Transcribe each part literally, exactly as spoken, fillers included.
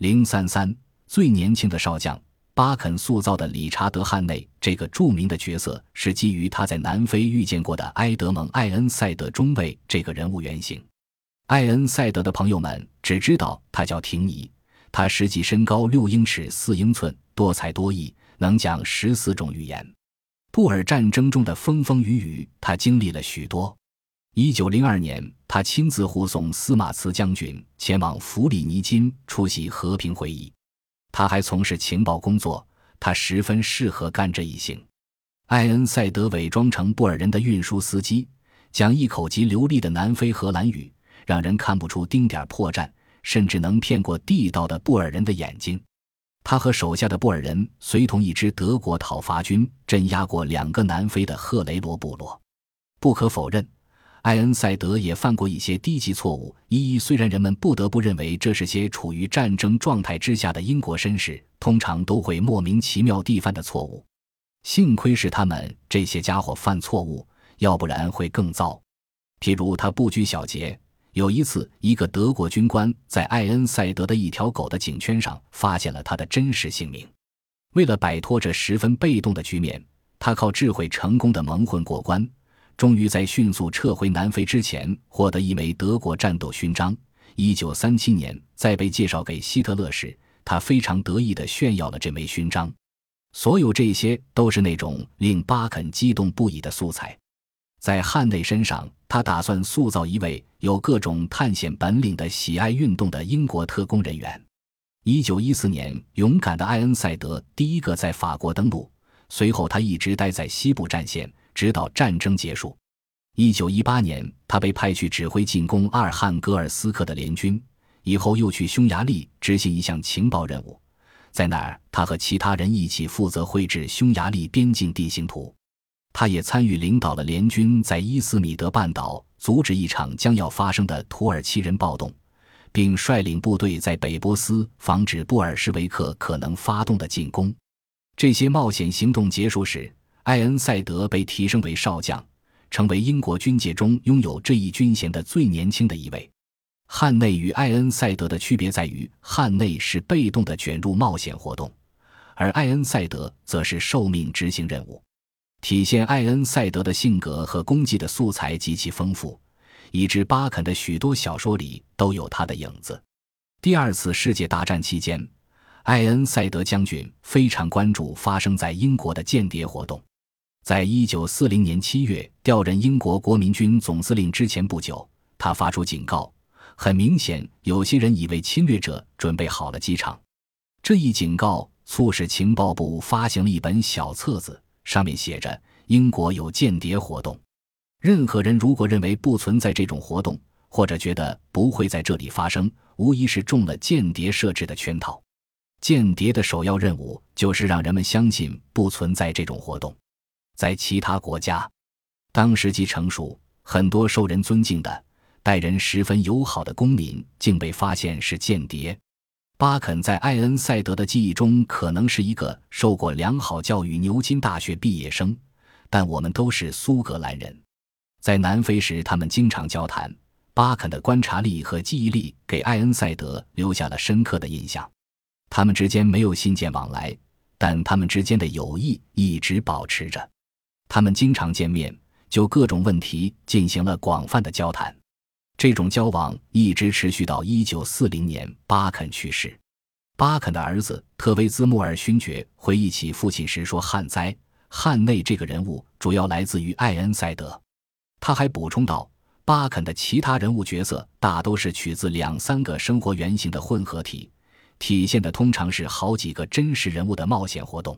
零三三最年轻的少将，巴肯塑造的理查德·汉内这个著名的角色是基于他在南非遇见过的埃德蒙·艾恩塞德中尉这个人物原型。艾恩塞德的朋友们只知道他叫廷尼，他实际身高六英尺四英寸，多才多艺，能讲十四种语言。布尔战争中的风风雨雨他经历了许多。一九零二年，他亲自护送司马茨将军前往弗里尼金出席和平会议。他还从事情报工作，他十分适合干这一行。艾恩塞德伪装成布尔人的运输司机，讲一口极流利的南非荷兰语，让人看不出丁点破绽，甚至能骗过地道的布尔人的眼睛。他和手下的布尔人随同一支德国讨伐军镇压过两个南非的赫雷罗部落。不可否认，艾恩塞德也犯过一些低级错误，一虽然人们不得不认为这是些处于战争状态之下的英国绅士通常都会莫名其妙地犯的错误，幸亏是他们这些家伙犯错误，要不然会更糟。譬如他不拘小节，有一次一个德国军官在艾恩塞德的一条狗的颈圈上发现了他的真实姓名。为了摆脱这十分被动的局面，他靠智慧成功的蒙混过关，终于在迅速撤回南非之前获得一枚德国战斗勋章。一九三七年在被介绍给希特勒时，他非常得意地炫耀了这枚勋章。所有这些都是那种令巴肯激动不已的素材。在汉内身上，他打算塑造一位有各种探险本领的喜爱运动的英国特工人员。一九一四年，勇敢的艾恩塞德第一个在法国登陆，随后他一直待在西部战线，直到战争结束。一九一八年，他被派去指挥进攻阿尔汉格尔斯克的联军，以后又去匈牙利执行一项情报任务。在那儿，他和其他人一起负责绘制匈牙利边境地形图。他也参与领导了联军在伊斯米德半岛阻止一场将要发生的土耳其人暴动，并率领部队在北波斯防止布尔什维克可能发动的进攻。这些冒险行动结束时，艾恩塞德被提升为少将，成为英国军界中拥有这一军衔的最年轻的一位。汉内与艾恩塞德的区别在于，汉内是被动地卷入冒险活动，而艾恩塞德则是受命执行任务。体现艾恩塞德的性格和功绩的素材极其丰富，以致巴肯的许多小说里都有他的影子。第二次世界大战期间，艾恩塞德将军非常关注发生在英国的间谍活动。在一九四零年七月调任英国国民军总司令之前不久，他发出警告，很明显有些人以为侵略者准备好了机场。这一警告促使情报部发行了一本小册子，上面写着英国有间谍活动。任何人如果认为不存在这种活动，或者觉得不会在这里发生，无疑是中了间谍设置的圈套。间谍的首要任务就是让人们相信不存在这种活动。在其他国家，当时机成熟，很多受人尊敬的待人十分友好的公民竟被发现是间谍。巴肯在艾恩塞德的记忆中可能是一个受过良好教育牛津大学毕业生，但我们都是苏格兰人。在南非时他们经常交谈，巴肯的观察力和记忆力给艾恩塞德留下了深刻的印象。他们之间没有信件往来，但他们之间的友谊一直保持着。他们经常见面，就各种问题进行了广泛的交谈。这种交往一直持续到一九四零年巴肯去世。巴肯的儿子特维兹穆尔勋爵回忆起父亲时说，汉灾汉内这个人物主要来自于艾恩塞德。他还补充道，巴肯的其他人物角色大都是取自两三个生活原型的混合体，体现的通常是好几个真实人物的冒险活动。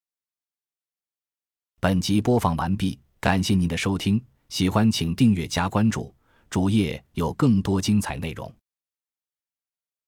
本集播放完毕，感谢您的收听，喜欢请订阅加关注，主页有更多精彩内容。